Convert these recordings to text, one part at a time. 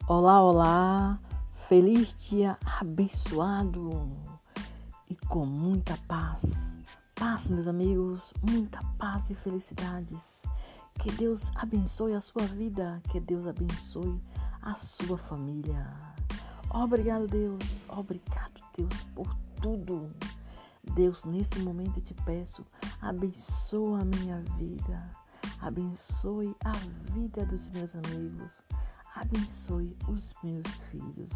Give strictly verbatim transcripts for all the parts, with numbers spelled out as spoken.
Olá, olá, feliz dia abençoado e com muita paz. Paz, meus amigos, muita paz e felicidades. Que Deus abençoe a sua vida, que Deus abençoe a sua família. Obrigado, Deus, obrigado, Deus, por tudo. Deus, nesse momento eu te peço, abençoa a minha vida, abençoe a vida dos meus amigos. Abençoe os meus filhos.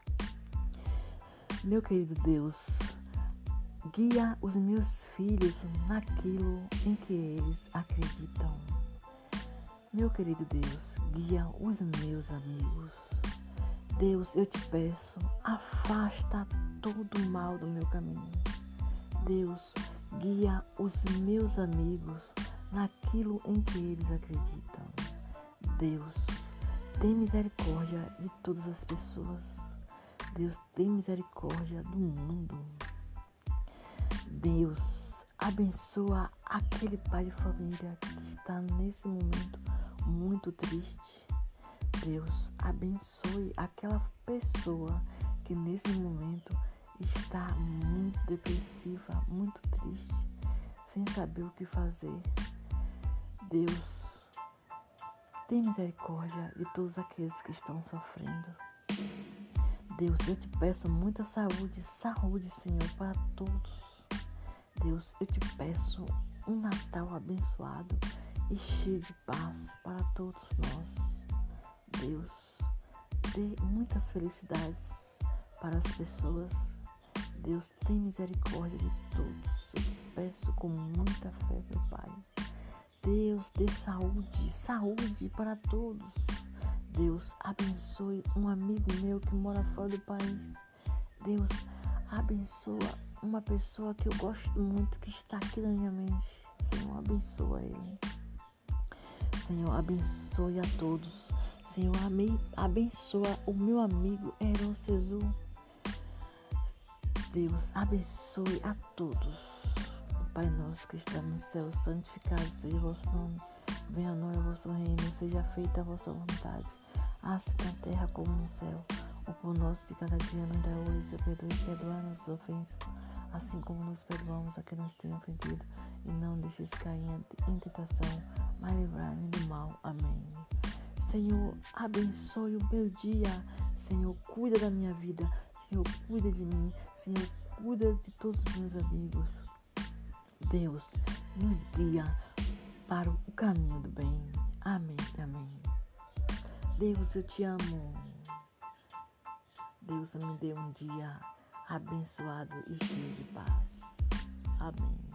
Meu querido Deus, guia os meus filhos naquilo em que eles acreditam. Meu querido Deus, guia os meus amigos. Deus, eu te peço, afasta todo o mal do meu caminho. Deus, guia os meus amigos naquilo em que eles acreditam. Deus, tem misericórdia de todas as pessoas. Deus, tem misericórdia do mundo. Deus, abençoa aquele pai de família que está nesse momento muito triste. Deus, abençoe aquela pessoa que nesse momento está muito depressiva, muito triste, sem saber o que fazer. Deus, tem misericórdia de todos aqueles que estão sofrendo. Deus, eu te peço muita saúde, saúde, Senhor, para todos. Deus, eu te peço um Natal abençoado e cheio de paz para todos nós. Deus, dê muitas felicidades para as pessoas. Deus, tem misericórdia de todos. Eu te peço com muita fé, meu Pai. Deus, dê saúde, saúde para todos. Deus, abençoe um amigo meu que mora fora do país. Deus, abençoa uma pessoa que eu gosto muito, que está aqui na minha mente. Senhor, abençoa ele. Senhor, abençoe a todos. Senhor, abençoa o meu amigo Heron Cezu. Deus, abençoe a todos. Pai nosso que está no céu, santificado seja o vosso nome. Venha a nós o vosso reino, seja feita a vossa vontade, assim na terra como no céu. O pão nosso de cada dia nos dá hoje, perdoe e perdoar nossas ofensas, assim como nos perdoamos a quem nos tem ofendido. E não deixes cair em tentação, mas livrai-me do mal. Amém. Senhor, abençoe o meu dia. Senhor, cuida da minha vida. Senhor, cuida de mim. Senhor, cuida de todos os meus amigos. Deus, nos guia para o caminho do bem. Amém, amém. Deus, eu te amo. Deus, me dê um dia abençoado e cheio de paz. Amém.